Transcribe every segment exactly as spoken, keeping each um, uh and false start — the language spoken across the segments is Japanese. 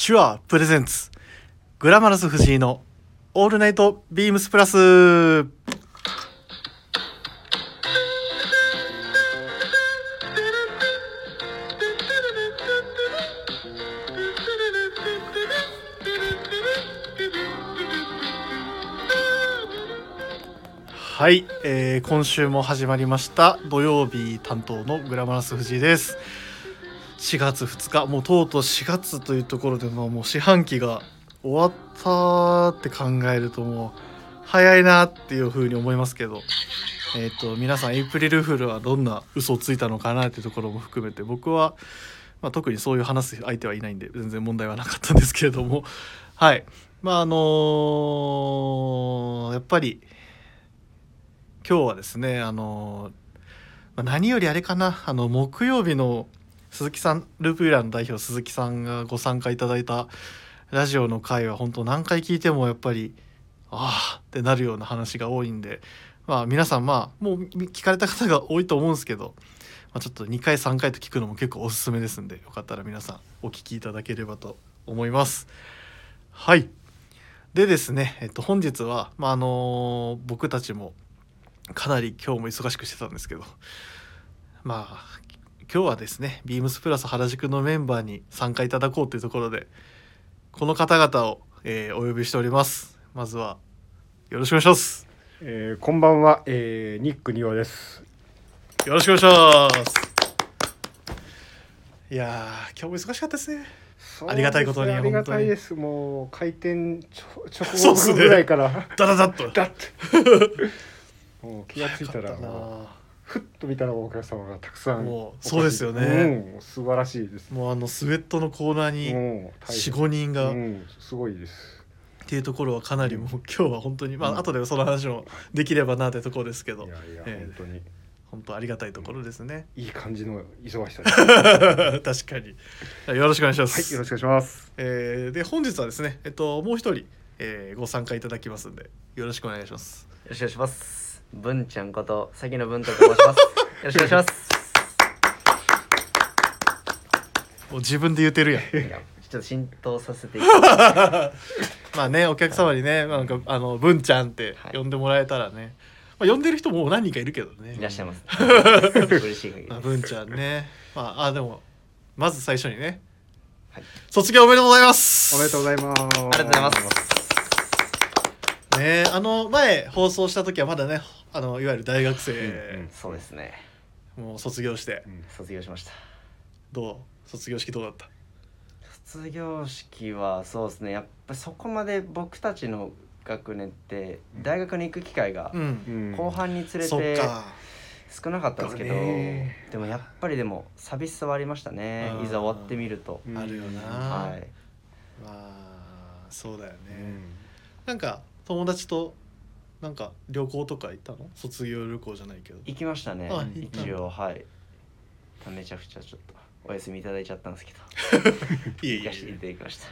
手話プレゼンツグラマラス藤井のオールナイトビームスプラス。はい、えー、今週も始まりました土曜日担当のグラマラス藤井です。しがつふつか、もうとうとうしがつというところで、まあ、もう四半期が終わったって考えるともう早いなっていうふうに思いますけど、えーと皆さんエイプリルフールはどんな嘘をついたのかなっていうところも含めて、僕は、まあ、特にそういう話す相手はいないんで全然問題はなかったんですけれども、はい、まああのー、やっぱり今日はですね、あのー、何よりあれかな、あの木曜日の鈴木さん、ループウィラーの代表鈴木さんがご参加いただいたラジオの回は本当何回聞いてもやっぱりああってなるような話が多いんで、まあ皆さんまあもう聞かれた方が多いと思うんですけど、まあ、ちょっとにかいさんかいと聞くのも結構おすすめですんで、よかったら皆さんお聞きいただければと思います。はい。でですね、えっと本日はまああの僕たちもかなり今日も忙しくしてたんですけど、まあ今日はですねビームスプラス原宿のメンバーに参加いただこうというところで、この方々を、えー、お呼びしております。まずはよろしくお願いします。 えー、こんばんは、えー、ニックニオです。 よろしくお願いします。いやー今日も忙しかったですね。ありがたいことにありがたいです。もう開店直後ぐらいからダダダッとダッもう気がついたらふっと見たらお客様がたくさん。 もうそうですよね、 うん、素晴らしいです。 もうあのスウェットのコーナーに よん,ご 人が、 うん、すごいですっていうところはかなりもう今日は本当に、まあ後でその話もできればなというところですけど、 いやいや、 えー、 本当に本当ありがたいところですね。 いい感じの忙しさです。 確かに。よろしくお願いします。 はい、よろしくお願いします。 えー、で本日はですね、えっともう一人、えー、ご参加いただきますんでよろしくお願いします。 よろしくお願いします。文ちゃんことさきの文と申します。よろしくお願いします。 もう自分で言ってるやん。 いやちょっと浸透させていただいてまあね、お客様にね、なんかあの文ちゃんって呼んでもらえたらね、はい、まあ、呼んでる人も何人かいるけどね。 いらっしゃいます。嬉しい限りです。 文ちゃんね、まああでもまず最初にね、 はい、 卒業おめでとうございます。 おめでとうございます。 ありがとうございます。 ね、あの前放送した時はまだね、あのいわゆる大学生、 うんうん、そうですね。 もう卒業して、 うん、卒業しました。 どう卒業式どうだった？ 卒業式はそうですね、やっぱそこまで僕たちの学年って大学に行く機会が後半につれて少なかったんですけど、でもやっぱりでも寂しさはありましたね。いざ終わってみるとあるよな、 はい、 まあそうだよね、うん、なんか友達となんか旅行とか行ったの？卒業旅行じゃないけど。 行きましたね、一応。はい、めちゃくちゃちょっとお休みいただいちゃったんですけどいえいえ行かせていただきました。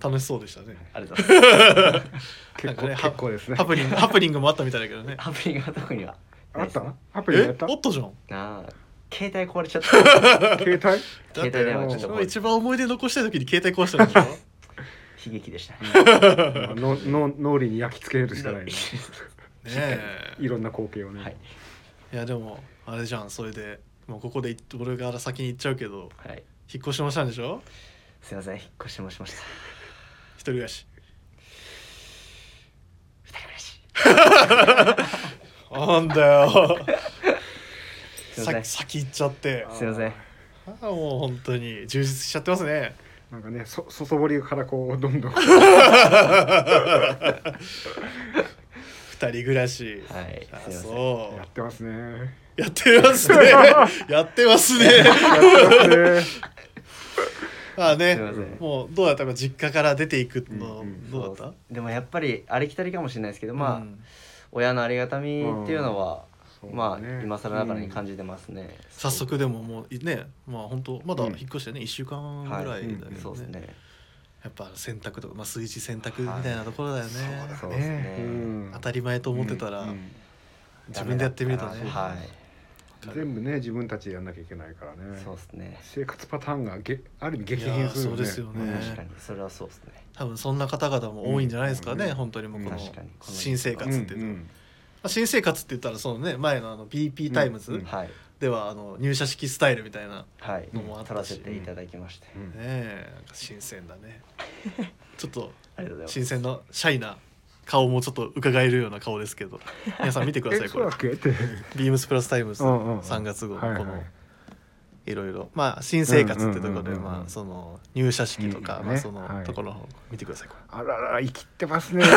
楽しそうでしたね。 ありがとうございます結構、ね、結構ですね。 ハプニングハプニングもあったみたいだけどね。 ハプニングは特にはあったの？ハプニングやった？ おったじゃん。 ああ、携帯壊れちゃった。 携帯？ 携帯電話ちょっと一番思い出残したい時に携帯壊したんでしょ。 悲劇でしたね。 のの脳裏に焼き付けるしかないね。 ねいろんな光景をね。 はい、 いやでもあれじゃん、それでもうここで俺から先に行っちゃうけど、 はい、 引っ越しもしたんでしょ？ すいません、引っ越しもしました。 一人暮らし。 二人暮らし。 なんだよ。さ先行っちゃって。 すいません。 あもう本当に充実しちゃってますね。 なんかね、そ外堀からこうどんどん。二人暮らし。 はい。 あそう。 やってますね。 やってますね。やってますね。やってますね。まあね、もうどうだったか、実家から出ていくの、うん、どうだった？ でもやっぱりありきたりかもしれないですけど、まあ、うん、親のありがたみっていうのは、うん、まあ、ね、今更ながらに感じてますね、うん、 早速でももうね、まあ本当まだ引っ越してね、うん、いっしゅうかんぐらいだけどね、 はい、そうですね。 やっぱ洗濯とか、まあ、炊事洗濯みたいなところだよね、 はい、そうですね、 当たり前と思ってたら、うんうん、自分でやってみるとね、 はい、 全部ね自分たちでやんなきゃいけないからね。 そうですね。 生活パターンがげある意味激変するよね。 そうですよね、 うん、確かにそれはそうですね。 多分そんな方々も多いんじゃないですかね、 うん、 本当にもうこの確かに新生活っていうの、 うんうん、 まあ、新生活って言ったらそのね前のあの ビーピー タイムズ、 うんうん、 はいではあの入社式スタイルみたいなはいのもあったし、 撮らせていただきまして、 うん、 ねえなんか新鮮だねちょっとありがとうございます。 新鮮なシャイな顔もちょっと伺えるような顔ですけど皆さん見てくださいこれえそうだっけってビームスプラスタイムズうんうんさんがつ号のはいはいこのいろいろまあ新生活ってところでうんうんうんうんまあその入社式とかいいねまあそのはいところの方見てくださいこれあらら生きってますね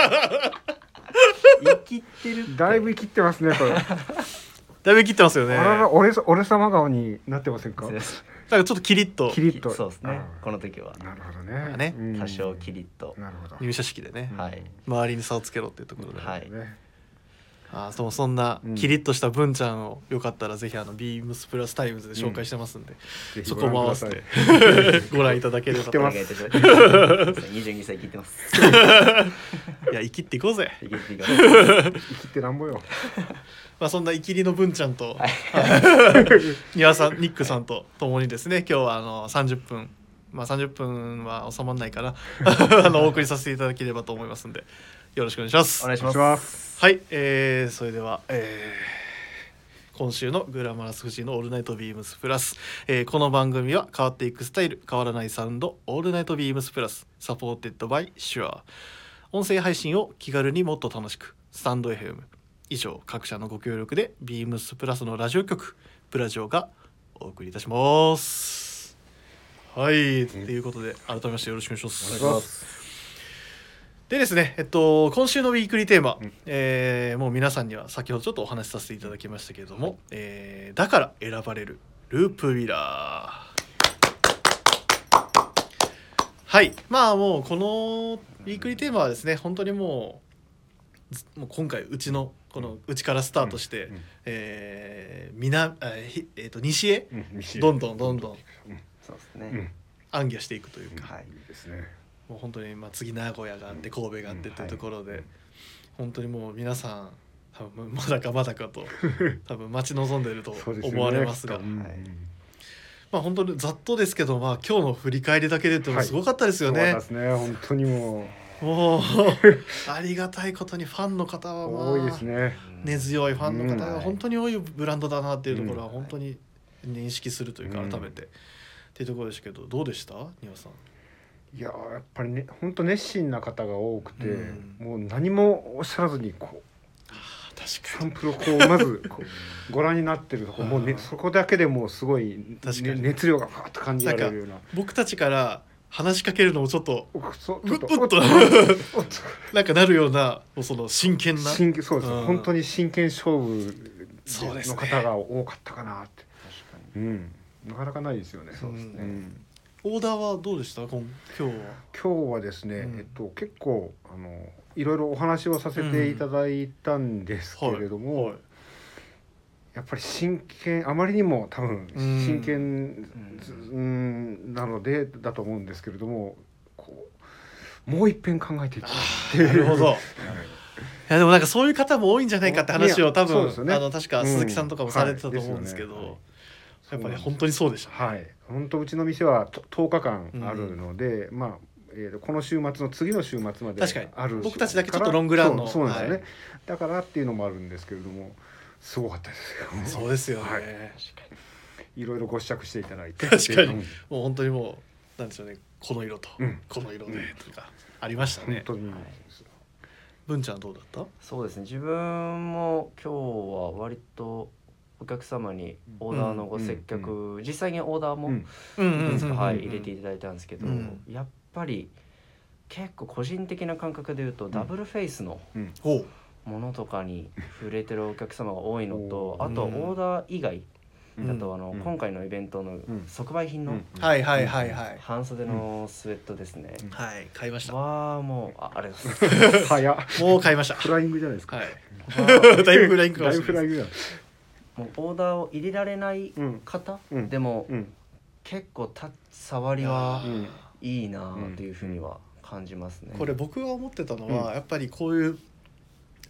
生きってるってだいぶ生きってますねこれだいぶ切ってますよねあらら俺さ俺様顔になってませんかそうなんかちょっとキリッとキリッとそうですねあこの時はなるほどねねうん多少キリッと、 なるほど入社式でねはい周りに差をつけろっていうところで、 はいねあそうそんなうんキリッとした文ちゃんをよかったらぜひあのビームスプラスタイムズで紹介してますんで、 ぜひそご覧くだこも合わせさいてご覧いただければと知ってますお願いいたしますにじゅうにさい切ってますいや生きっていこうぜ、 生きっていきます生きてなんぼよまあ、そんな生きりの文ちゃんと庭さんニックさんと共にですね今日はあのさんじゅっぷんまあさんじゅっぷんは収まらないかなあのお送りさせていただければと思いますんでよろしくお願いしますお願いしまお願いしすはい、えー、それでは、えー、今週のグラマラスフジのオールナイトビームスプラス、えー、この番組は変わっていくスタイル変わらないサウンドオールナイトビームスプラスサポーテッドバイシュア音声配信を気軽にもっと楽しくスタンド エフエム 以上各社のご協力でビームスプラスのラジオ局プラジオがお送りいたしますはい、ということで改めましてよろしくお願いしますお願いしますでですね、えっと、今週のウィークリーテーマ、 うんえーもう皆さんには先ほどちょっとお話しさせていただきましたけれども、えーだから選ばれるループウィラーはいまあもうこのウィークリーテーマはですね本当にもうずもう今回うちのこのうちからスタートして、 うんうんえー南あひえーと西へうん西へどんどんどんどんうんそうですね、 うん暗記していくというか、 はいいいですねもう本当にまあ次名古屋があって神戸があってというところで、 はい本当にもう皆さん多分まだかまだかと多分待ち望んでいるとそうですよね思われますがきっとうんはいまあ本当にざっとですけど、まあ、今日の振り返りだけで言ってもすごかったですよね。 そうですね本当にももうありがたいことにファンの方はまあう多いですね根強いファンの方うんが本当に多いブランドだなっていうところはうん本当に認識するというかうん改めてっていうところでしたけどどうでした丹羽さん。 いやーやっぱりね本当熱心な方が多くて、 うんもう何もおっしゃらずにこう確サンプルをこうまずこうご覧になってるとこもう、ね、そこだけでもうすごい、 確かにね、熱量がファーッと感じられるような僕たちから話しかけるのもちょっとおそううっうっとちょっとおっおっとなんかなるようなその真剣な真剣そうです、 うん本当に真剣勝負そうですねの方が多かったかなって確かにうんなかなかないですよねそうですねんオーダーはどうでした今今日は。 今日はですね、 うんえっと結構あのいろいろお話をさせていただいたんですけれども、 はいはいやっぱり真剣あまりにも多分うん真剣うんなのでだと思うんですけれどもこうもう一遍考えていただいてなるほど。いやでもなんかそういう方も多いんじゃないかって話を多分、 そうですよねあの確か鈴木さんとかもされてたと思うんですけど、 うんはいやっぱり本当にそうでしたね。 はい本当うちの店はととおかかんあるので、まあえー、この週末の次の週末まで確かにある僕たちだけちょっとロングランのそうそうなんですよね、 はいだからっていうのもあるんですけれどもすごかったですよそうですよね。 はいいろいろご試着していただいて確かにうんもう本当にもうなんでしょうねこの色と、 うんこの色でとかありましたね。 本当に、 文ちゃんどうだった？ そうですね自分も今日は割とお客様にオーダーのご接客、実際にオーダーもうんうんうんうんうんはい、入れていただいたんですけど、 うんやっぱり結構個人的な感覚で言うと、ダブルフェイスのうんほうものとかに触れてるお客様が多いのと、 おーあとオーダー以外うんだとあの、 うん今回のイベントのん即売品のうんはいはいはいはい半袖のスウェットですね、 うんはい買いました。 わあもうあありがとうございます早っもう買いました。 フライングじゃないですか、 はい。 わだいぶフライングかもだいしれないです。 ぶフライングじゃないあもうオーダーを入れられないうん方、 うんでも、 うん結構タッチ触りはうんいいなというふうには感じますね。 これ僕が思ってたのは、やっぱりこういう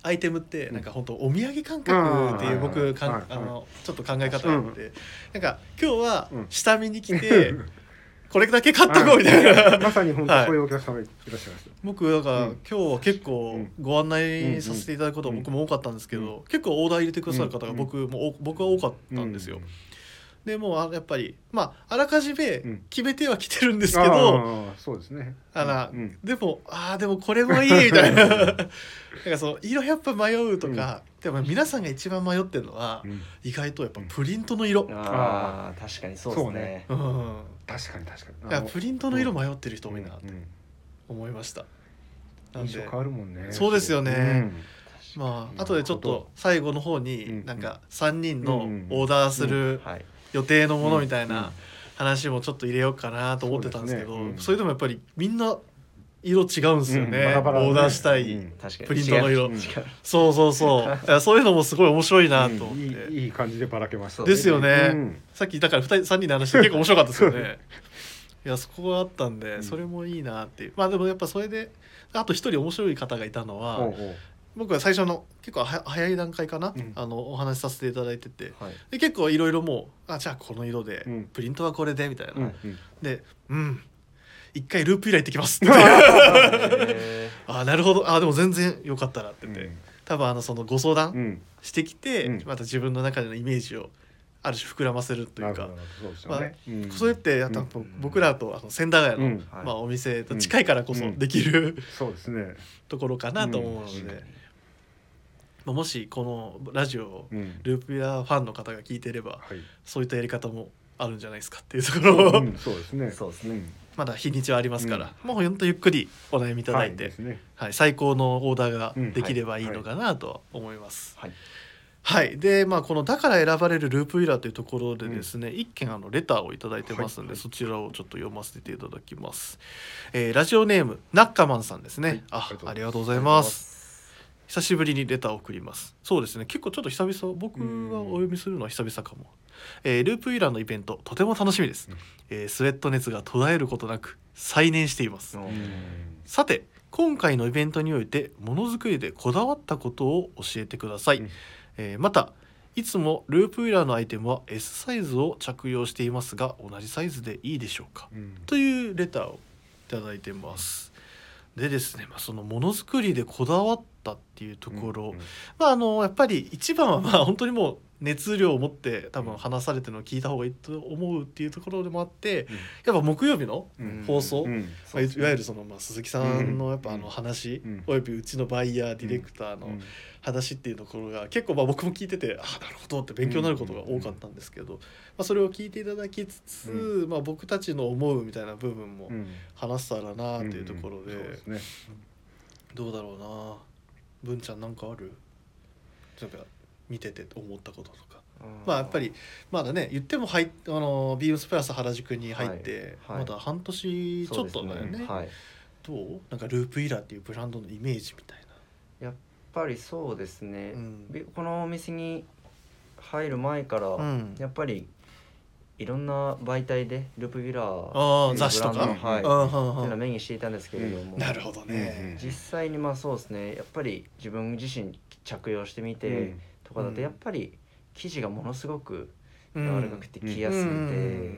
アイテムってなんか本当お土産感覚っていう僕かん、 はいはい、 あのちょっと考え方があって、 うん、 なんか今日は下見に来て、うん、これだけ買っとこうみたいなまさに本当そういうお客様いらっしゃいます。 僕だから、うん、今日は結構ご案内させていただくことは僕も多かったんですけど、うん、結構オーダー入れてくださる方が僕も、僕は多かったんですよ。でもうやっぱりまああらかじめ決めてはきてるんですけど、うん、 あそうですね。 あら、うん、でもああでもこれもいいみたいななんかその色やっぱ迷うとか、うん、でも皆さんが一番迷ってるのは、うん、意外とやっぱプリントの色、 うん、ああ確かにそうですね。 そうね、うん、確かに確かに。 いやプリントの色迷ってる人多いなって思いました。 なんで印象変わるもんね。 そうですよね。うんまあ後でちょっと最後の方になんかさんにんのオーダーする予定のものみたいな話もちょっと入れようかなと思ってたんですけど、それでもやっぱりみんな色違うんですよね、オーダーしたいプリントの色、そうそうそうそういうのもすごい面白いなと思って、 いい感じでばらけましたですよね。さっきだからふたりさんにんで話して結構面白かったですよね。いやそこがあったんでそれもいいなっていう。まあでもやっぱそれであと一人面白い方がいたのは、僕は最初の結構は早い段階かな、うん、あのお話しさせていただいてて、はい、で結構いろいろもうあじゃあこの色で、うん、プリントはこれでみたいな、うんうん、でうん一回ループ以来行ってきますってあなるほどあでも全然よかったらって言って、うん、多分あのそのご相談してきて、うん、また自分の中でのイメージをある種膨らませるというか、それってあと僕らとあの千駄ヶ谷の、まあ、お店と近いからこそできる、 そうですねところかなと思うので、もしこのラジオをループやファンの方が聞いていれば、うん、そういったやり方もあるんじゃないですかっていうところを、うん、そうですね、そうですね、まだ日にちはありますから、うん、もうほんとゆっくりお悩みいただいて、はいねはい、最高のオーダーができればいいのかなと思います。はいはい、でまあこのだから選ばれるループウィーラーというところでですね、うん、一件あのレターをいただいてますので、はい、そちらをちょっと読ませていただきます。えー、ラジオネームナッカマンさんですね。はい、あ、ありがとうございます。久しぶりにレターを送ります。そうですね、結構ちょっと久々、僕がお読みするのは久々かも。えー、ループウィーラーのイベントとても楽しみです。うん、えー、スウェット熱が途絶えることなく再燃しています。さて今回のイベントにおいてものづくりでこだわったことを教えてください。うん、えー、またいつもループウィーラーのアイテムは エス サイズを着用していますが同じサイズでいいでしょうか、うん、というレターをいただいてます。でですね、まあ、そのものづくりでこだわったっていうところ、うんうん、まああのやっぱり一番はまあ本当にもう熱量を持って多分話されてるのを聞いた方がいいと思うっていうところでもあって、うん、やっぱ木曜日の放送、うんうんまあ、いわゆるそのまあ鈴木さんのやっぱあの話、うん、およびうちのバイヤーディレクターの話っていうところが結構まあ僕も聞いててあなるほどって勉強になることが多かったんですけど、まあ、それを聞いていただきつつ、うんまあ、僕たちの思うみたいな部分も話せたらなっていうところで、うんうんそうですね、どうだろうな文ちゃんなんかあるなんか見てて思ったこととか、まあやっぱりまだね言っても入あのビームスプラス原宿に入って、はいはい、まだ半年ちょっとだよね、ねはい、どうなんかループイラーっていうブランドのイメージみたいな。やっぱりそうですね、うん、このお店に入る前から、うん、やっぱりいろんな媒体でループウィラー雑誌とか、はい、 っていうのを目にしていたんですけれども、 うん、なるほどね。 実際にまあそうですねやっぱり自分自身着用してみて、うんとかだとやっぱり生地がものすごく柔らかくて着やすくて、うん、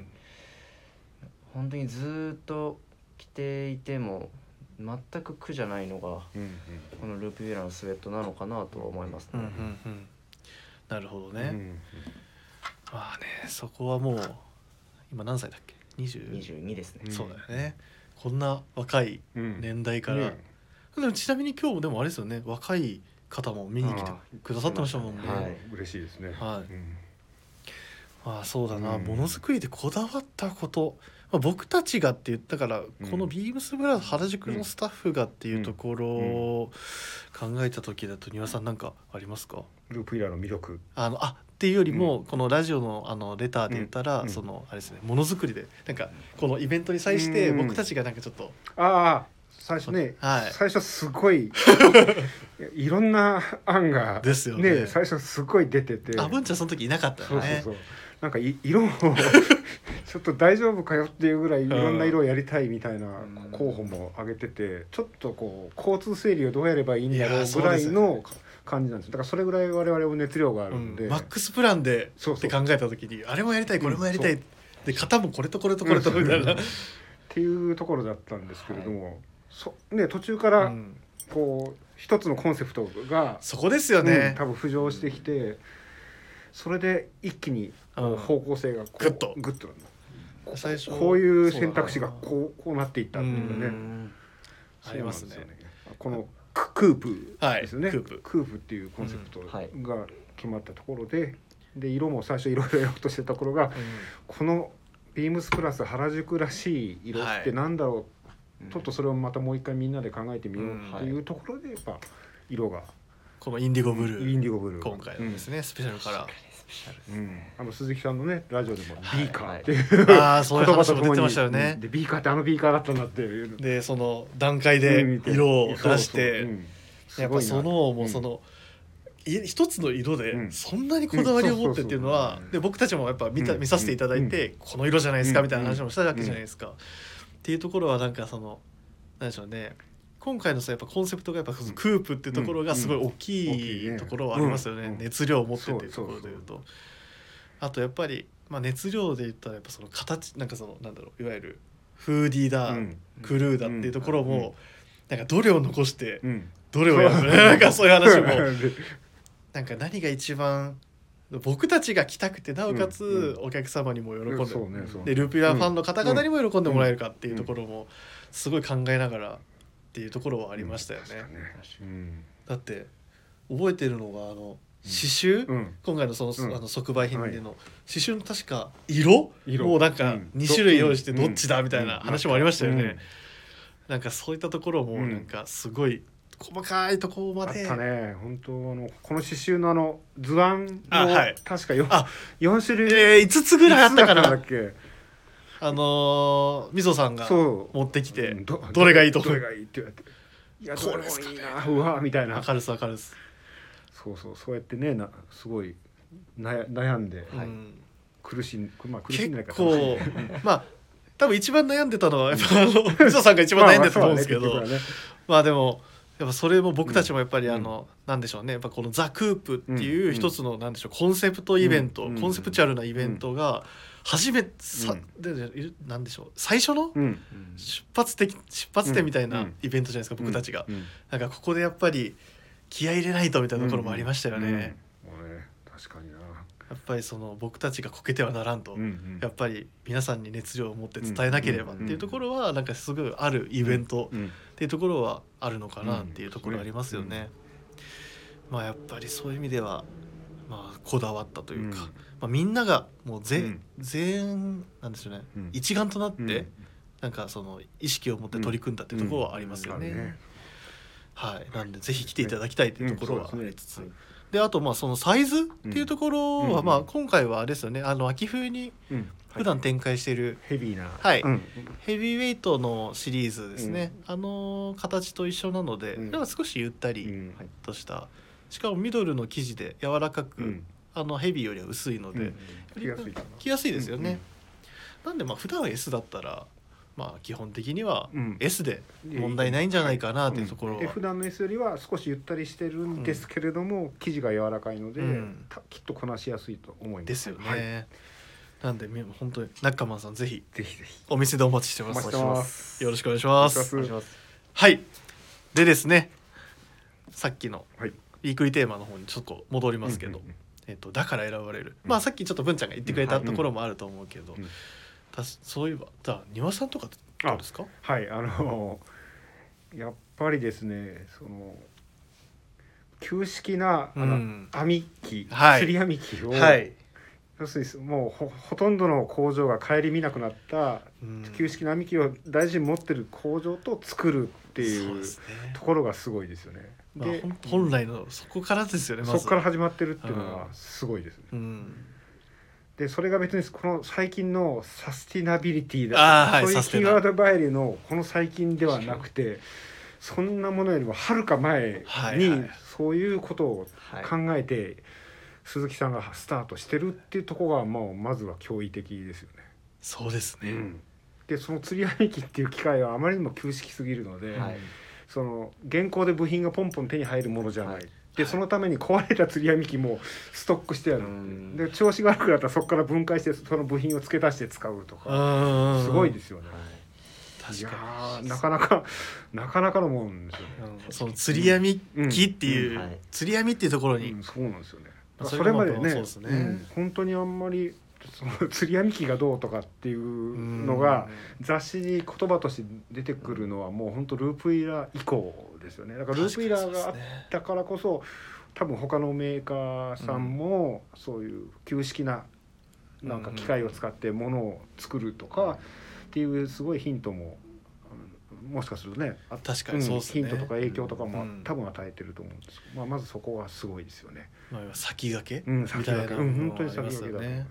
本当にずっと着ていても全く苦じゃないのが、うんうん、このループウィーラーのスウェットなのかなとは思いますね、うんうんうん、 なるほどね、うんうん、まあねそこはもう今何歳だっけ にじゅう? にじゅうにですね。 そうだよね、こんな若い年代から、うんね、でもちなみに今日もでもあれですよね若い方も見に来てくださってましたもんね。 はい、嬉しいですね。はい。うん、 まあそうだな、ものづくりでこだわったこと、まあ、僕たちがって言ったから、うん、このビームスプラス原宿のスタッフがっていうところを考えた時だと丹羽さんなんかありますか？ ループイラーの魅力。 あのあっていうよりも、うん、このラジオのあのレターで言ったら、うん、そのあれですねものづくりでなんかこのイベントに際して僕たちがなんかちょっと、 うん、ああ。最初ね、はい、最初すごいいろんな案がですよね、 ね最初すごい出てて、 あ文ちゃんその時いなかったよね。 そうそうそうなんかい色をちょっと大丈夫かよっていうぐらいいろんな色をやりたいみたいな候補も挙げてて、ちょっとこう交通整理をどうやればいいんだろうぐらいの感じなんですよ。だからそれぐらい我々も熱量があるんで、 うん、マックスプランでそうそうって考えた時にあれもやりたいこれもやりたい、うん、で型もこれとこれとこれとみたいなっていうところだったんですけれども、はい、そね、途中からこう一つのコンセプトがそこですよね、 うん、多分浮上してきて、それで一気にこう方向性がこうグッとグッとなんだ。 最初こういう選択肢がこうこうなっていったっていうね、うん、 ありますね。 このクープですよね、 はい、クープクープっていうコンセプトが決まったところで、で色も最初いろいろやろうとしてたところが、うん、このビームスプラス原宿らしい色ってなんだろう、はい、ちょっとそれをまたもう一回みんなで考えてみようっていうところでやっぱ色がこのインディゴブルー、 インディゴブルー今回のですね、うん、スペシャルカラー、 うん、あの鈴木さんのねラジオでもビーカーっていう、はい、 あそういう話も出てましたよね。 でビーカーってあのビーカーだったんだっていうでその段階で色を出して、うん、やっぱそのもうその、うん、一つの色でそんなにこだわりを持ってっていうのは、で僕たちもやっぱ見た、うん、見させていただいて、うん、この色じゃないですかみたいな話もしたわけじゃないですか、うん、っていうところはなんかその何でしょうね、今回のさやっぱコンセプトがやっぱそのクープっていうところがすごい大きいところはありますよね、うんうん、熱量を持ってっていうところでいうと、あとやっぱり、まあ、熱量で言ったらやっぱその形なんかそのなんだろういわゆるフーディーだ、うん、クルーだっていうところも、うん、なんかどれを残してどれをやる、うん、なんかそういう話もなんか何が一番僕たちが来たくてなおかつお客様にも喜んで、うんうん、でルーピュラファンの方々にも喜んでもらえるかっていうところもすごい考えながらっていうところはありましたよね、うん、だって覚えてるのがあの刺繍、うん、今回のその、うん、あの即売品での、はい、刺繍の確か 色, 色もうなんかに種類用意してどっちだみたいな話もありましたよね、うんうん、なんかそういったところもなんかすごい細かいところまであったね。本当あのこの刺繍のあの図案も、はい、確か 4, 4種類、 えー、いつつぐらいあったかな。だっけあのー、みそさんが持ってきて ど, どれがいいとどれがいいって言われて、いやどれもいいな、うわみたいな、 明るさ明るさ、 そうそうそうやってねなすごい悩んで、はい、苦しん、まあ、苦しんでないかもしれない結構まあ多分一番悩んでたのはやっぱあのみそさんが一番悩んでたと思うんですけど、まあ、まあね、まあでもやっぱそれも僕たちもやっぱりあの、うん、なんでしょうね、やっぱこのザ・クープっていう一つのなんでしょうコンセプトイベント、うん、コンセプチュアルなイベントが初めてさ、うん、でなんでしょう最初の出発的出発点みたいなイベントじゃないですか、僕たちが、うんうん、なんかここでやっぱり気合い入れないとみたいなところもありましたよね、うんうんうん、 確かにな、 やっぱりその僕たちがこけてはならんと、うんうん、やっぱり皆さんに熱量を持って伝えなければっていうところはなんかすぐあるイベントっていうところはあるのかなっていうところありますよね、うん、まあやっぱりそういう意味ではまあこだわったというか、うん、まあ、みんながもう全、うん、全なんですよね、うん、一丸となって、うん、なんかその意識を持って取り組んだっていうところはありますよね、うんうんね、はい、なんでぜひ来ていただきたいというところはありつつ、であとまあそのサイズっていうところはまあ今回はあれですよね、あの秋冬に普段展開しているヘビーな、 はい、ヘビーウェイトのシリーズですね、あの形と一緒なので、でも少しゆったりとした、しかもミドルの生地で柔らかく、あのヘビーよりは薄いので着やすいかな、着やすいですよね、なんでまあ普段は S だったらまあ基本的には S で問題ないんじゃないかなというところは、 うん、普段の S よりは少しゆったりしてるんですけれども、うん、生地が柔らかいので、うん、きっとこなしやすいと思いますですよね、はい、なんで本当に中間さんぜひぜひぜひお店でお待ちしてます。 お待ちしてます。 よろしくお願いします。はい。でですね、さっきのウィークリーテーマの方にちょっと戻りますけど、うんうんうん、えっとだから選ばれる、うん、まあさっきちょっと文ちゃんが言ってくれたところもあると思うけど、うんうん、たそういえばじゃあ庭さんとかどうですか？ はいあのやっぱりですね、その旧式なあの、うん、編み機、はい、釣り編み機を、はい、要するにもう ほ, ほとんどの工場が顧みなくなった旧式の編み機を大事に持ってる工場と作るっていうところがすごいですよね。 で、まあ、本来のそこからですよね、まずそこから始まってるっていうのがすごいですね、うん、でそれが別にこの最近のサスティナビリティだ、はい、そういうキーワードばえりのこの最近ではなくて、そんなものよりもはるか前にそういうことを考えて、はいはい、鈴木さんがスタートしてるっていうところがもうまずは驚異的ですよね。 そうですね、うん、 でその釣り編み機っていう機械はあまりにも旧式すぎるので、はい、その現行で部品がポンポン手に入るものじゃない、はい、 でそのために壊れた釣り網機もストックしてある、で調子が悪くなったらそこから分解してその部品を付け足して使うとかすごいですよね。いやなかなかなかなかのもんですよね。 その釣り網機っていう、うんうんはい、釣り網っていうところに、 うん、そうなんですよね。それまでね、そうね、うん、本当にあんまりその釣り網機がどうとかっていうのが雑誌に言葉として出てくるのはもう本当ループイラー以降ですよね。だからループイラーがあったからこそ多分他のメーカーさんもそういう旧式ななんか機械を使ってものを作るとかっていうすごいヒントももしかするとね、 確かにそうですね、 ヒントとか影響とかも多分与えてると思うんですけど、まあ、まずそこはすごいですよね。 まあ、先駆け、 うん、先駆け、うん、本当に先駆けだと思います。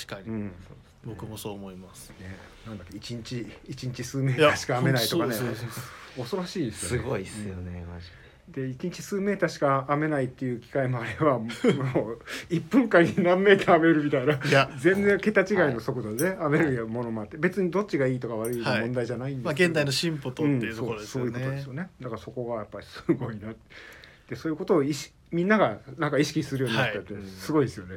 確かに、うん、僕もそう思います、 ね、なんだっけ一日一日数メーターしか編めないとかね、恐ろしいですよね。 すごいですよね、マジで。 でいちにち数メーターしか編めないっていう機械もあればもういっぷんかんに何メーター編めるみたいな、いや全然桁違いの速度で編めるものもあって、別にどっちがいいとか悪いの問題じゃないんですけど、はい、 まあ、現代の進歩とっていうところですよね、うん、そう、そういうことですよね。 だからそこがやっぱりすごいなで、そういうことを意識みんながなんか意識するようになったってすごいですよね、はい、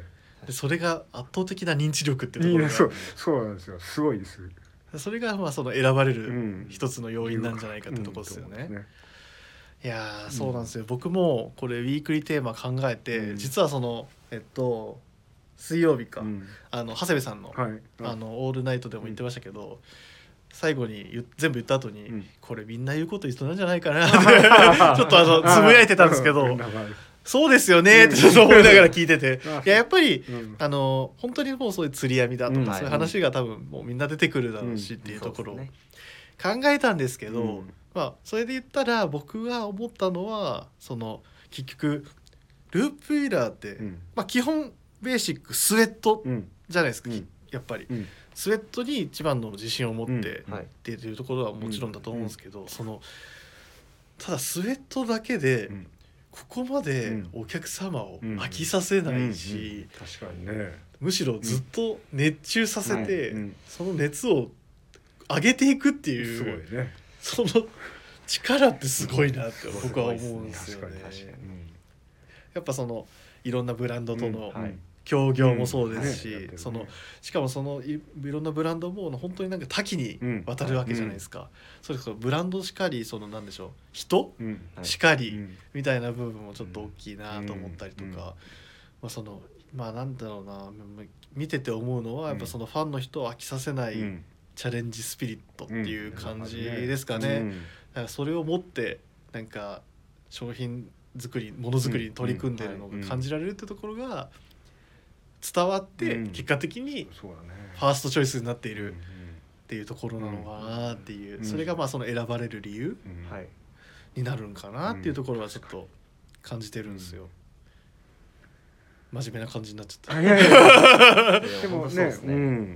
でそれが圧倒的な認知力っていうところが、 そう、そうなんですよ、すごいです。 それがまあその選ばれる一つの要因なんじゃないかってところですよね、うんうん、いやそうなんですよ、うん、僕もこれウィークリーテーマ考えて、うん、実はそのえっと水曜日か、うん、あの長谷部さんの、はい、あのオールナイトでも言ってましたけど、うん、最後に全部言った後に、うん、これみんな言うこと一緒なんじゃないかなってちょっとあのつぶやいてたんですけどそうですよねってちょっと思いながら聞いてて、いややっぱり、うん、あの本当にもうそういう釣り網だとか、うん、そういう話が多分もうみんな出てくるだろうしっていうところを考えたんですけど、うん、まあそれで言ったら僕が思ったのはその結局ループイラーって、うん、まあ基本ベーシックスウェットじゃないですか、うん、やっぱり、うん、スウェットに一番の自信を持って、うんはい、っていうところはもちろんだと思うんですけど、うん、そのただスウェットだけで、うんここまでお客様を飽きさせないし、 確かにね、 むしろずっと熱中させて、うん、その熱を上げていくっていう、すごいね、その力ってすごいなって僕は思うんですよね。やっぱそのいろんなブランドとの、うんはい協業もそうですし、うんね、そのしかもその い, いろんなブランドも本当になんか多岐にわたるわけじゃないですか、うん、それこそブランドしかりそのなんでしょう人、うん、しかり、うん、みたいな部分もちょっと大きいなと思ったりとか、うんまあ、そのまあなんだろうな見てて思うのはやっぱそのファンの人を飽きさせないチャレンジスピリットっていう感じですかね、うん、だからそれを持ってなんか商品作りものづくりに取り組んでるのが感じられるってところが伝わって結果的にファーストチョイスになっているっていうところなのかなっていう、それがまあその選ばれる理由になるんかなっていうところはちょっと感じてるんですよ。真面目な感じになっちゃった。いやいやでもね、うん、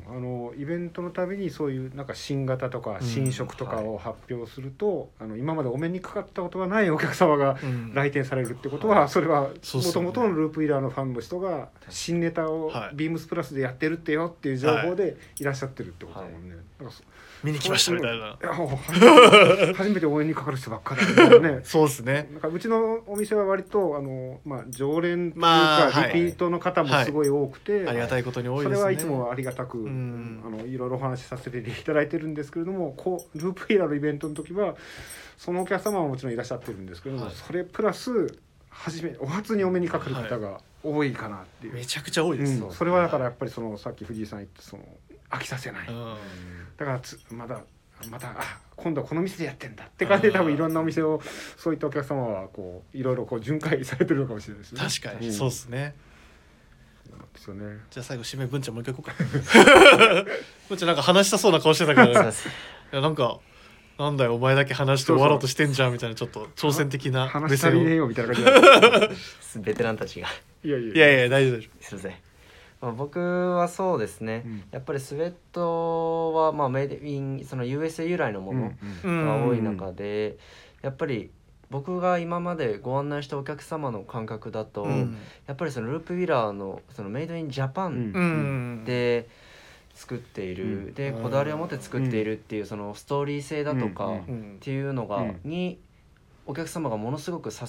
あのイベントのたびにそういうなんか新型とか新色とかを発表すると、うんはい、あの今までお目にかかったことがないお客様が来店されるってことは、うん、それはもともとのループイラーのファンの人が新ネタをビームスプラスでやってるってよっていう情報でいらっしゃってるってことだもんね。はいはい、 見に来ましたみたいな。いや初めて応援にかかる人ばっかりだよね。 そうですね。 なんかうちのお店は割とあのまあ常連というかリピートの方もすごい多くて、はいはい、ありがたいことに多いですね。 それはいつもありがたくあのいろいろお話しさせていただいてるんですけれども、こうループイラーのイベントの時はそのお客様はもちろんいらっしゃってるんですけども、はい、それプラス初めお初にお目にかかる方が多いかなっていう。 めちゃくちゃ多いです。 うん、それはだからやっぱりそのさっき藤井さん言ったその飽きさせない。だからつまだまたあ今度はこの店でやってんだって感じで多分いろんなお店をそういったお客様はこういろいろこう巡回されてるのかもしれないですね。 確かに、うん、そうですね。 ですよね。 じゃあ最後締め文ちゃんもう一回行こうか。文ちゃんなんか話したそうな顔してたから、いやなんかなんだよお前だけ話して終わろうとしてんじゃんみたいなちょっと挑戦的な目線を話足りねえよみたいな感じでベテランたちがいやいやいやいや大丈夫大丈夫すいません。まあ、僕はそうですね、うん、やっぱりスウェットはまあメイドインその ユーエスエー 由来のものが多い中で、やっぱり僕が今までご案内したお客様の感覚だと、うん、やっぱりそのループウィラーのそのメイドインジャパンで作っている、うん、でこだわりを持って作っているっていうそのストーリー性だとかっていうのがにお客様がものすごく刺さって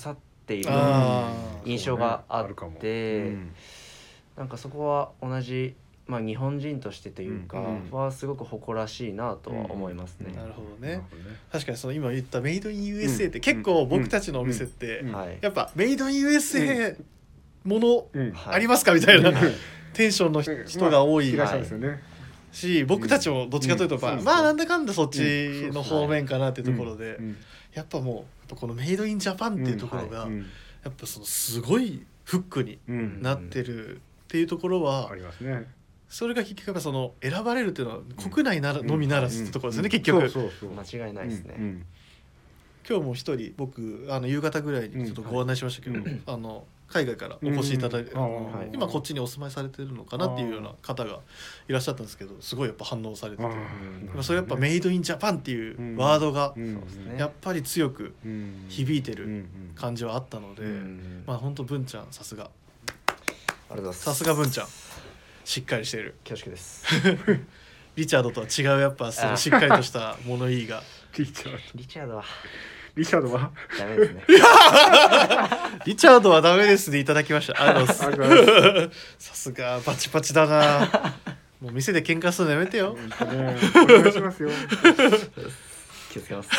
っている印象があって、うん、なんかそこは同じ、まあ、日本人としてというか、うん、はすごく誇らしいなとは思いますね、 うん、なるほどね。確かにその今言ったメイドイン ユーエスエー って結構僕たちのお店ってやっぱメイドイン ユーエスエー ものありますかみたいなテンションの人が多いし、僕たちもどっちかというとまあなんだかんだそっちの方面かなっていうところで、やっぱもうこのメイドインジャパンっていうところがやっぱそのすごいフックになってるっていうところはありますね。それが結局その選ばれるっていうのは国内ならのみならずってところですよね、結局。 間違いないですね。 今日も一人僕あの夕方ぐらいにちょっとご案内しましたけど、あの海外からお越しいただいて、今こっちにお住まいされてるのかなっていうような方がいらっしゃったんですけど、すごいやっぱ反応されてて、それやっぱメイドインジャパンっていうワードがやっぱり強く響いてる感じはあったので、まあ本当文ちゃんさすがさすが文ちゃんしっかりしている。 恐縮です。 リチャードとは違うやっぱそのしっかりとした物言いが。 リチャード。リチャードは。 リチャードはダメですね。 リチャードはダメですでいただきました。ありがとうございます。さすがバチバチだな。もう店で喧嘩するのやめてよ。 お願いしますよ。 気をつけます。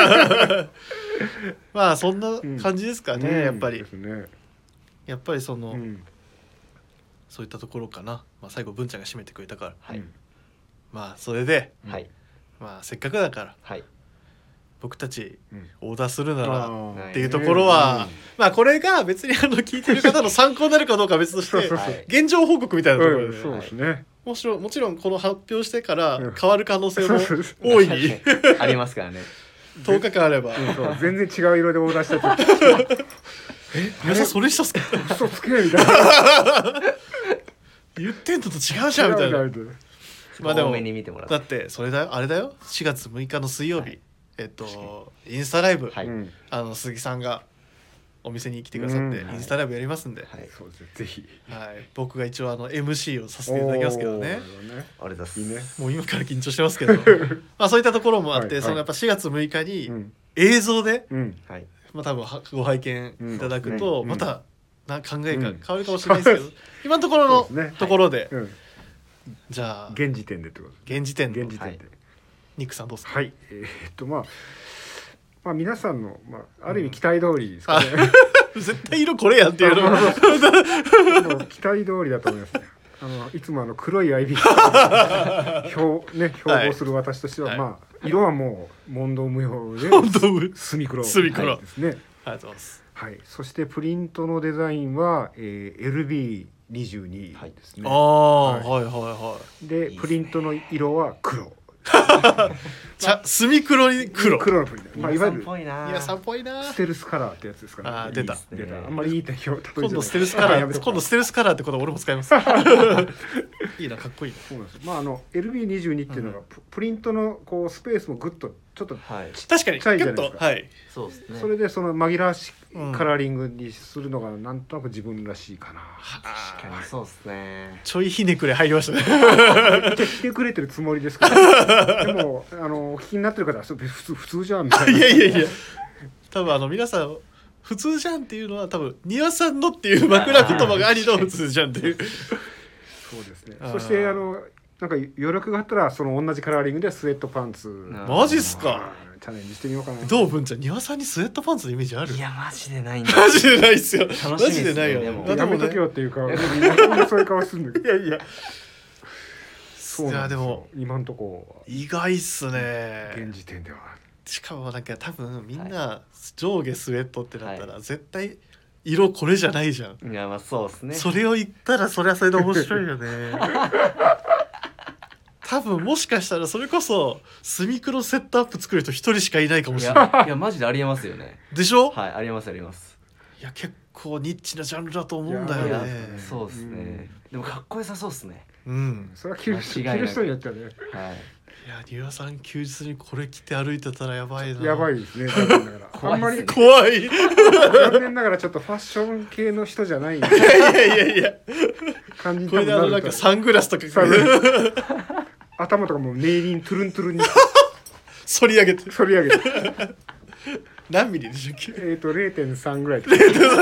まあそんな感じですかね、うん、やっぱり、 ね、 やっぱりその、うん、そういったところかな、まあ、最後文ちゃんが締めてくれたから、はい、まあそれで、はい、まあせっかくだから、はい、僕たちオーダーするならっていうところは、うん、まあこれが別にあの聞いてる方の参考になるかどうかは別として現状報告みたいなところで、 そうですね、 もちろんもちろんこの発表してから変わる可能性も大いにありますからね。 とおかかんあれば、 うん、そう全然違う色でオーダーした時え皆さんそれしたっすか嘘つけみたいな言ってんのと違うじゃんみたいな。まあでもだってそれだよ、あれだよ、しがつむいかの水曜日、はい、えっとインスタライブ、はい、あの鈴木さんがお店に来てくださって、うん、インスタライブやりますんで、 はい、そうですね、ぜひ、 はい、僕が一応あの エムシー をさせていただきますけどね。 あれだす、いいね、 もう今から緊張してますけどまあそういったところもあって、はい、そのやっぱしがつむいかに映像で、うん、はい、まあ多分ご拝見いただくと、うん、またな考えが変わるかもしれないですけど、うん、今のところのところで、はい、うん、じゃあ現時点でってことです。現時点で、 現時点で、はい、 ニックさんどうですか。 はい、えー、っとまあまあ皆さんの、まあ、ある意味期待通りですかね、 うん、絶対色これやっていうの期待通りだと思いますね。あのいつもあの黒いアイビー標ね標榜する私としては、はい、まあ色はもう問答無用で墨黒ですね。 はい、ありがとうございます。 はい、そしてプリントのデザインは、えー、エルビーにじゅうに ですね。 ああ、はい、はいはいはい。 で、いいですね、プリントの色は黒。 ちゃ墨黒に黒。 黒のプリント。まあいわゆるいやさんっぽいな。 ステルスカラーってやつですかね。 あ、出た。 出た。あんまりいい代表。 今度ステルスカラー。今度ステルスカラーってことは俺も使います。いいな、かっこいい。 そうなんです。まああの エルビーにじゅうに っていうのが、うん、プリントのこうスペースもグッとちょっと、はい、 確かにちっちゃいじゃないですか。 はい。 そうですね。 それでその紛らわしいカラーリングにするのがなんとなく自分らしいかな。 確かにそうですね。 ちょいひねくれ入りましたね。 ひねくれてるつもりですから。でもあのお聞きになってる方は普通普通じゃんみたいな。 いやいやいや。多分あの皆さん普通じゃんっていうのは多分庭さんのっていう枕言葉がありの普通じゃんっていう。 そうですね。そしてあのなんか余力があったらその同じカラーリングでスウェットパンツ。 マジっすか。 チャレンジしてみようかな。 どう文ちゃん、庭さんにスウェットパンツのイメージある？ いやマジでないんだ。 マジでないっすよ。 楽しみマジでないよ。 やめとけよっていうか、みんなそういう顔するんだけど。いやいや。そうなんですよ。いやでも今んとこ意外っすね。 現時点では。 しかもなんか多分みんな上下スウェットってなったら絶対色これじゃないじゃん。 いやまあそうですね。 それを言ったらそれはそれで面白いよね。多分もしかしたらそれこそ墨黒セットアップ作る人一人しかいないかもしれない。 いや、いやマジでありえますよね。 でしょ？ はい、ありますあります。 いや結構ニッチなジャンルだと思うんだよね。 そうですね、うん。でもかっこよさそうですね。 うん。 それは着る人によってはね。はい。いや丹羽さん休日にこれ着て歩いてたらやばいな。 やばいですね。残念ながら。 あんまり怖い。 残念ながらちょっとファッション系の人じゃないんで。いやいやいやいや。 感じにこれであのなんかサングラスとか。 頭とかもネイリントゥルントゥルンに反り上げて反り上げて何ミリでしたっけ？ えっと れいてんさん ぐらいも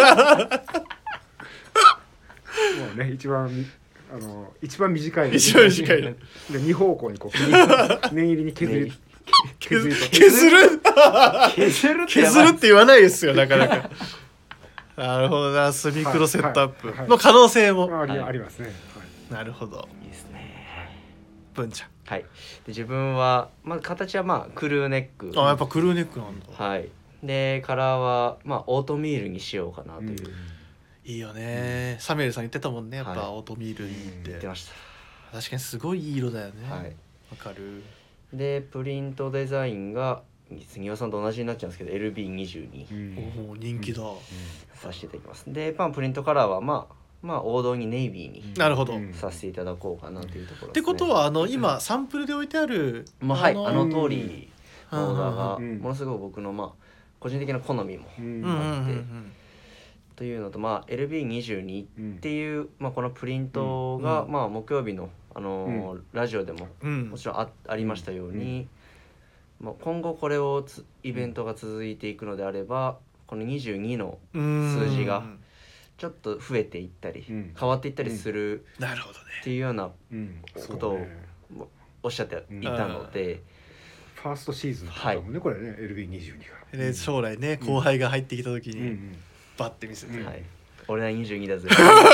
うね一番あの一番短い一番短いでに方向にこう念入りに削り削る削る削る削るって言わないですよなかなか。なるほどな、スミクロセットアップの可能性も、 はいはいはい、ありますね、はい、 なるほど、 いいですね。 文ちゃん。 はい。で自分はまあ形はまあクルーネック。 あ、やっぱクルーネックなんだ。 はい。でカラーはまあオートミールにしようかなという。うん、 いいよね、うん、サミュエルさん言ってたもんね、やっぱ、はい、オートミールいいって。 言ってました。 確かにすごいいい色だよね。 はい。 わかる。 でプリントデザインが杉尾さんと同じになっちゃうんですけど エルビーにじゅうに、うん、 おお人気だ、うん、 させていただきます。で、まあ、プリントカラーはまあまあ王道にネイビーになるほどさせていただこうかなというところですね。 ってことはあの今サンプルで置いてある、 まあ、はい、あの通りオーダーがものすごい僕のまあ個人的な好みもあってというのと、まあ エルビーにじゅうに っていう、まあ、このプリントがまあ木曜日のあのラジオでももちろん あ, ありましたように、まあ、今後これをつイベントが続いていくのであればこのにじゅうにの数字がちょっと増えていったり変わっていったりするっていうようなことをおっしゃっていたので、 ファーストシーズンだったもんね、これね エルビーにじゅうに がで将来ね後輩が入ってきた時にバッて見せて、 はい、俺はにじゅうにだぜ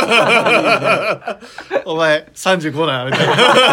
お前さんじゅうごなみたい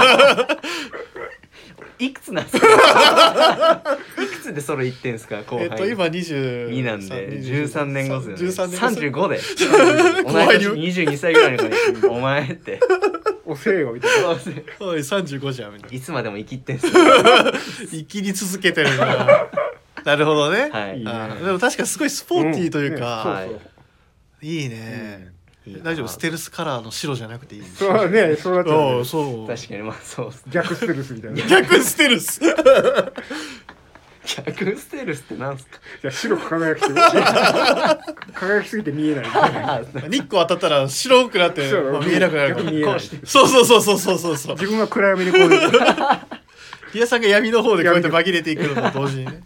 ないくつなんですかいくつでそれ言ってんすか後輩。 えっと今にじゅうになんでじゅうさんねんごですよね。 じゅうさんねんごさんじゅうごで同い年にじゅうにさいぐらいの子にお前っておせえよみたいなおいさんじゅうごじゃんみたいな。 いつまでも生きってんすよ生きり続けてるななるほどね、 はい、 あでも確かにすごいスポーティーというか、 うんね、そうそういいね、うん、大丈夫ステルスカラーの白じゃなくていい。 そうね、そうなっちゃう、ね、 そう確かにまあそう逆ステルスみたいな逆ステルス逆ステルスってなんすか。 いや白く輝きすぎて輝きすぎて見えないみたいな日光当たったら白くなって見えなくなるから見えないそうそうそうそうそうそうそう自分は暗闇でこう比嘉さんが闇の方でこうやって紛れていくのと同時にね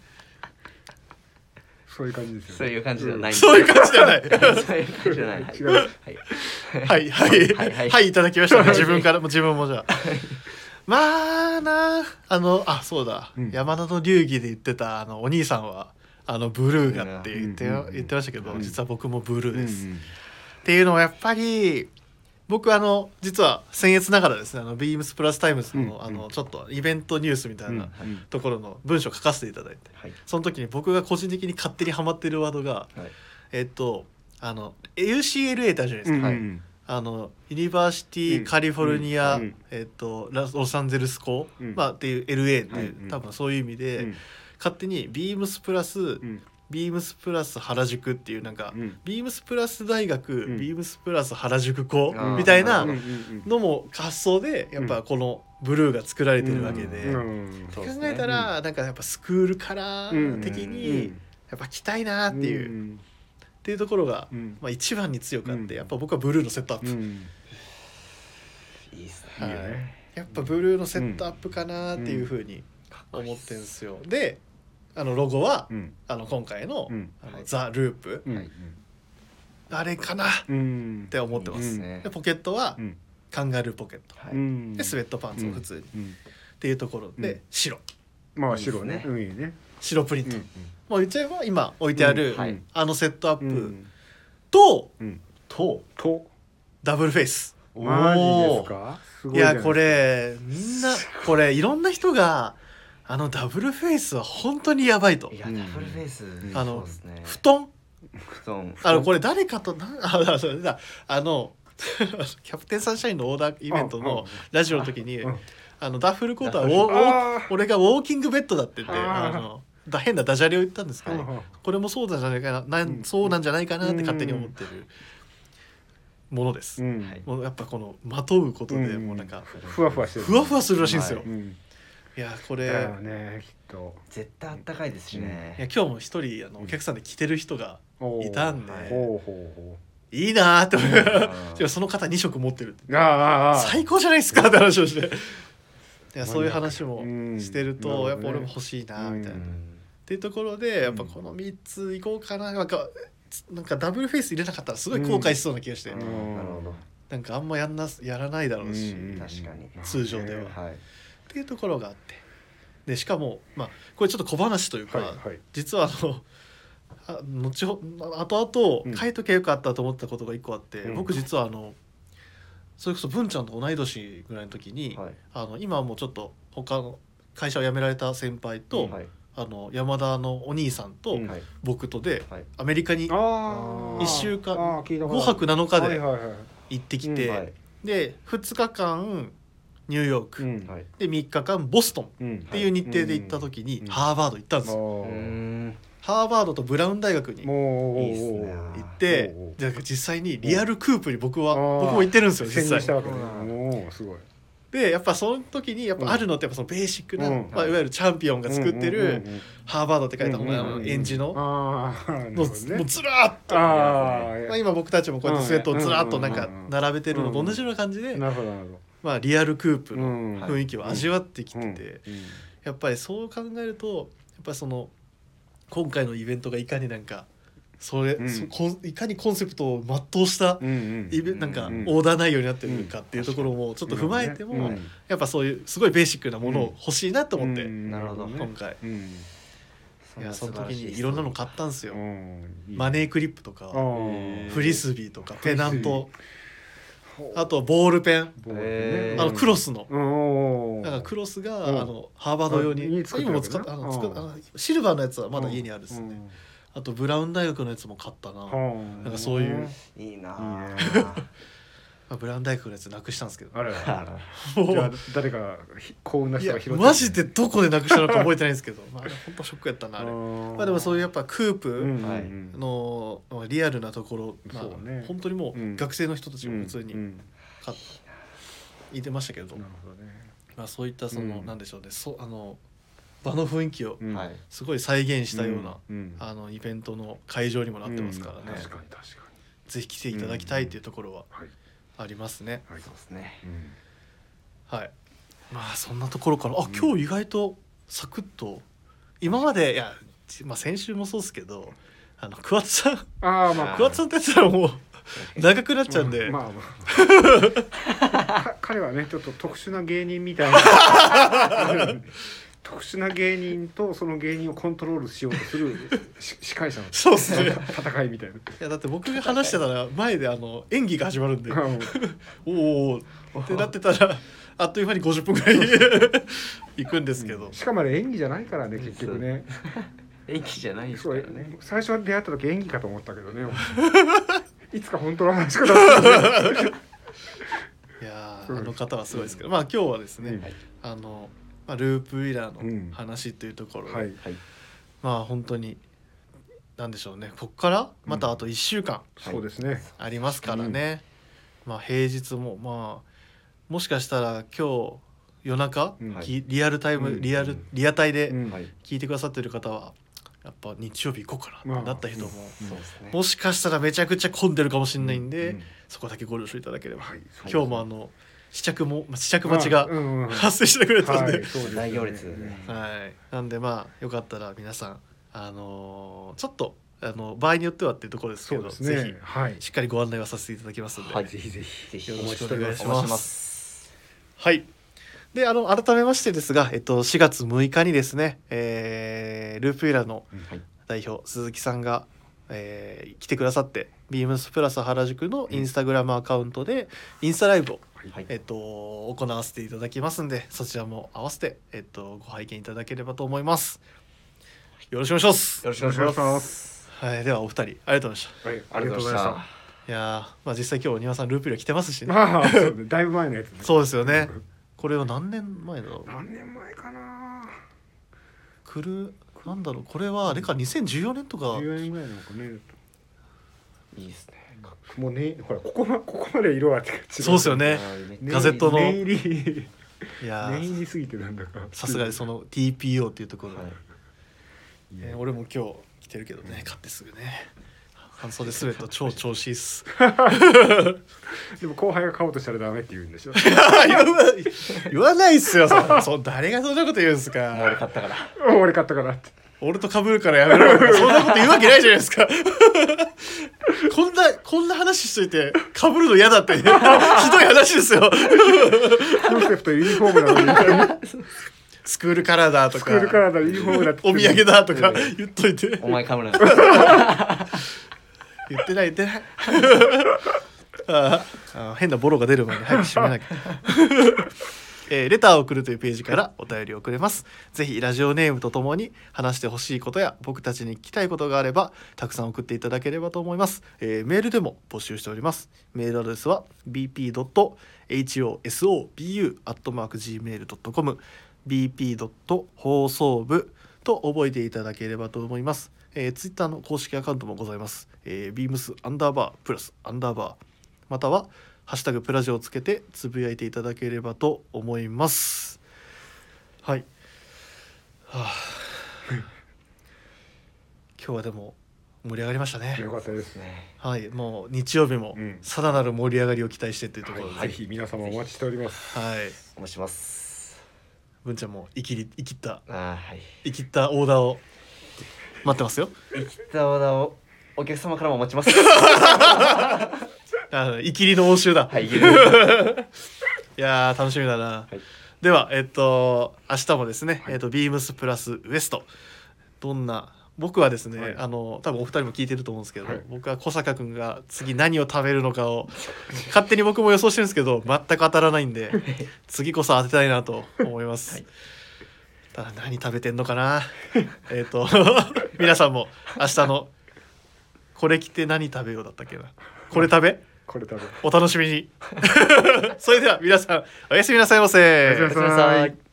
そういう感じですよね。 そういう感じじゃない。 そういう感じじゃない。 そういう感じじゃない。 違う。 はいはいはいはいいただきましたね。自分からも自分もじゃあ。まあなあのあそうだ、うん、山田の流儀で言ってたあのお兄さんはあのブルーがって言って、うんうん、言ってましたけど、うん、実は僕もブルーです。うんうん、っていうのはやっぱり。僕あの実は僭越ながらですねあのビームスプラスタイムズの、うん、あのちょっとイベントニュースみたいなところの文章を書かせていただいて、はい、その時に僕が個人的に勝手にハマってるワードが、はい、えっとあの ユーシーエルエー ってあるじゃないですか、はい、あのユニバーシティカリフォルニア、うん、えっとロサンゼルス校、うん、まあっていう エルエー っていう、うん、多分そういう意味で、うん、勝手にビームスプラス、うんビームスプラス原宿っていうなんか、うん、ビームスプラス大学、うん、ビームスプラス原宿校、うん、みたいなのも発想でやっぱこのブルーが作られてるわけで、うんうん、考えたらなんかやっぱスクールカラー的にやっぱ着たいなっていう、うん、っていうところが、まあ、一番に強くあってやっぱ僕はブルーのセットアップ、うん、 いいっすね、はい、やっぱブルーのセットアップかなっていうふうに思ってるんですよ。であのロゴは、うん、あの今回 の,、うん、あのザ・ループ、はい、あれかな、うん、って思ってます、ね、でポケットは、うん、カンガルーポケット、はい、でスウェットパンツも普通に、うん、っていうところで、うん、白まあ白ね、いいね、うん、 白プリント、うんうん、もう言っちゃえば今置いてある、うんはい、あのセットアップ、うん、と、うん、ととダブルフェイス。 マジですか。すごいじゃないですか。 いやこれみんなこれいろんな人があのダブルフェイスは本当にやばいと。 いやダブルフェイス、うん、 あの、ね、布団布団あのこれ誰かとなあそれだあのキャプテンサンシャインのオーダーイベントのラジオの時にああのダッフルコートはお俺がウォーキングベッドだって言ってあのだ変なダジャレを言ったんですけどこれもそうなんじゃないかな、なん、そうなんじゃないかなって勝手に思ってるものです、うん、もうやっぱこのまとうことでもうなんかふわふわしてるふわふわするらしいんですよ、はい、うんいやこれねきっと絶対あったかいですしね、 うん、いや今日も一人あのお客さんで着てる人がいたんで、うん、いいなーって思いその方に色持ってるってああ最高じゃないですかって話をしていやそういう話もしてるとやっぱ俺も欲しいなみたいな、うん、っっていうところでやっぱこのみっついこうかな、なんかなんかダブルフェイス入れなかったらすごい後悔しそうな気がして、うん、なるほど、なんかあんまやんなやらないだろうし、 うん、確かに通常では、はい、っていうところがあって、でしかもまあこれちょっと小話というか、はいはい、実はあのあ後ほ後々書いときゃよかったと思ったことが一個あって、うん、僕実はあのそれこそ文ちゃんと同い年ぐらいの時に、はい、あの今はもうちょっと他の会社を辞められた先輩と、はい、あの山田のお兄さんと僕とで、はい、アメリカにいっしゅうかんごはくなのかで行ってきて、はいはい、でふつかかんニューヨーク、うん、でみっかかんボストンっていう日程で行った時にハーバード行ったんですよ、うん、ハーバードとブラウン大学に行って実際にリアルクープに僕は僕も行ってるんですよ実際。おすごい。でやっぱその時にやっぱあるのってやっぱそのベーシックな、うんまあ、いわゆるチャンピオンが作ってるハーバードって書いた演じののもうずらーっと、まあ、今僕たちもこうやってスウェットをずらーっとなんか並べてるのと同じような感じで、まあ、リアルクープの雰囲気を味わってきてて、やっぱりそう考えるとやっぱりその今回のイベントがいかになんかそれ、うん、そいかにコンセプトを全うしたイベ、うん、なんかオーダー内容になってるかっていうところもちょっと踏まえても、うん、やっぱそういうすごいベーシックなものを欲しいなと思って、うん、なるほど今回、うん、いやその時にいろんなの買ったんですよ、うん、マネークリップとかフリスビーとかペナント、あとボールペン、あのクロスのなんかクロスがあのハーバード用に今も使っあの使あのシルバーのやつはまだ家にあるですね。あとブラウン大学のやつも買ったな。なんかそういういいな。 まあ、ブラウン大学のやつなくしたんですけど。あれじゃあ誰か幸運な人が拾って。 マジでどこでなくしたのか覚えてないんですけど、まあ本当ショックやったなあれ。まあでもそういうやっぱクープのリアルなところ、まあ本当にもう学生の人たちも普通に買っていてましたけど、まあそういったそのなんでしょうね、そあの。場の雰囲気をすごい再現したような、うん、あのイベントの会場にもなってますからね、うん、確かに確かにぜひ来ていただきたいっていうところはありますね、 はいはい、そうですね、 うん、はい、まあそんなところからあ今日意外とサクッと今までいや、まあ、先週もそうですけどあの桑田さんあ、まあ、桑田さんってやつらもう長くなっちゃうんで、うんまあまあ、彼はねちょっと特殊な芸人みたいな特殊な芸人とその芸人をコントロールしようとする司会者のそうですね戦いみたいな。いやだって僕が話してたら前であの演技が始まるんでおおってなってたらあっという間にごじゅっぷんぐらい行くんですけど、うん、 しかもあれ演技じゃないからね結局ね演技じゃないですからね。 最初は出会った時演技かと思ったけどねいつか本当の話かと思ったいやあの方はすごいですけど、まあ今日はですね、うん、あのまあ、ループウィラーの話というところで、うんはい、まあ本当に何でしょうね、ここからまたあといっしゅうかん、 うん、そうですねありますからね、うん、まあ平日もまあもしかしたら今日夜中、うん、リアルタイム、うん、リアルリアタイで聞いてくださってる方はやっぱ日曜日行こうかなってなった人も、うん、もしかしたらめちゃくちゃ混んでるかもしれないんで、うん、そこだけご了承いただければ、はい、今日もあの試着も試着待ちが発生してくれたんで、 大行列でね。 はい。なんでまあよかったら皆さんあのー、ちょっとあの場合によってはっていうところですけど、ね、ぜひ、はい、しっかりご案内はさせていただきますので、はい、 ぜひぜひぜひよろしくお願いします。はい。であの改めましてですが、えっとしがつむいかにですね、えー、ループウィラーの代表、はい、鈴木さんが、えー、来てくださって、ビームスプラス原宿のインスタグラムアカウントでインスタライブをはい、えっと、行わせていただきますんで、そちらも合わせて、えっと、ご拝見いただければと思います。よろしくお願いします。 よろしくお願いします。 はい、ではお二人ありがとうございました。 はい、ありがとうございました。 いやまあ実際今日庭さんループウィラー来てますしね。 まあ、そうね、だいぶ前のやつね。 そうですよね。これは何年前だろう。 何年前かな。 来るなんだろう、これはあれかにせんじゅうよねんとか。 じゅうよねんぐらいなのかね。 いいですね。 もうね、ほらここまここまで色は違う。 そうですよね。ガゼットの念入りいや念入りすぎてなんだか。 さすがにその ティーピーオー っていうところで、はい、えー、俺も今日来てるけどね、買ってすぐね。半袖スウェット超調子いいっす。 でも後輩が買おうとしたらダメって言うんでしょ。 言わないっすよ。そそ誰がそんなこと言うんですか。 もう俺買ったから。 俺買ったからって。 俺と被るからやめろそんなこと言うわけないじゃないですかこんなこんな話しといて被るの嫌だってひどい話ですよコンセプトユニフォームなのにスクールカラーだとかスクールカラーだユニフォームだってお土産だとか言っといてお前被るな言ってない言ってないああ変なボロが出る前に早く閉めなきゃえー、レターを送るというページからお便りをくれます。ぜひラジオネームとともに話してほしいことや僕たちに聞きたいことがあればたくさん送っていただければと思います。えー、メールでも募集しております。メールアドレスは ビーピードットホソーブ アットマークジーメールドットコム ビーピードット放送部と覚えていただければと思います。えー、ツイッターの公式アカウントもございます。えー、ビームスアンダーバープラスアンダーバーまたはハッシュタグプラジオをつけてつぶやいていただければと思います。はい、はあ、今日はでも盛り上がりましたね。 よかったですね。 はい、もう日曜日もさらなる盛り上がりを期待してというところで、 うんはい、ぜひ皆様お待ちしております。 はい、 お待ちします。 文ちゃんも生きり生きったあ、はい、 生きったオーダーを待ってますよ。 生きったオーダーをお客様からもお待ちますあ、イキリの応酬だ。 はい、いや楽しみだな。はい、ではえっと明日もですね、はい、えっとビームスプラスウエストどんな僕はですね、はい、あの多分お二人も聞いてると思うんですけど、はい、僕は小坂くんが次何を食べるのかを勝手に僕も予想してるんですけど全く当たらないんで次こそ当てたいなと思います。はい、ただ何食べてんのかなえっと皆さんも明日のこれ着て何食べようだったっけなこれ食べこれ食べお楽しみにそれでは皆さんおやすみなさいませ。 おやすみなさい。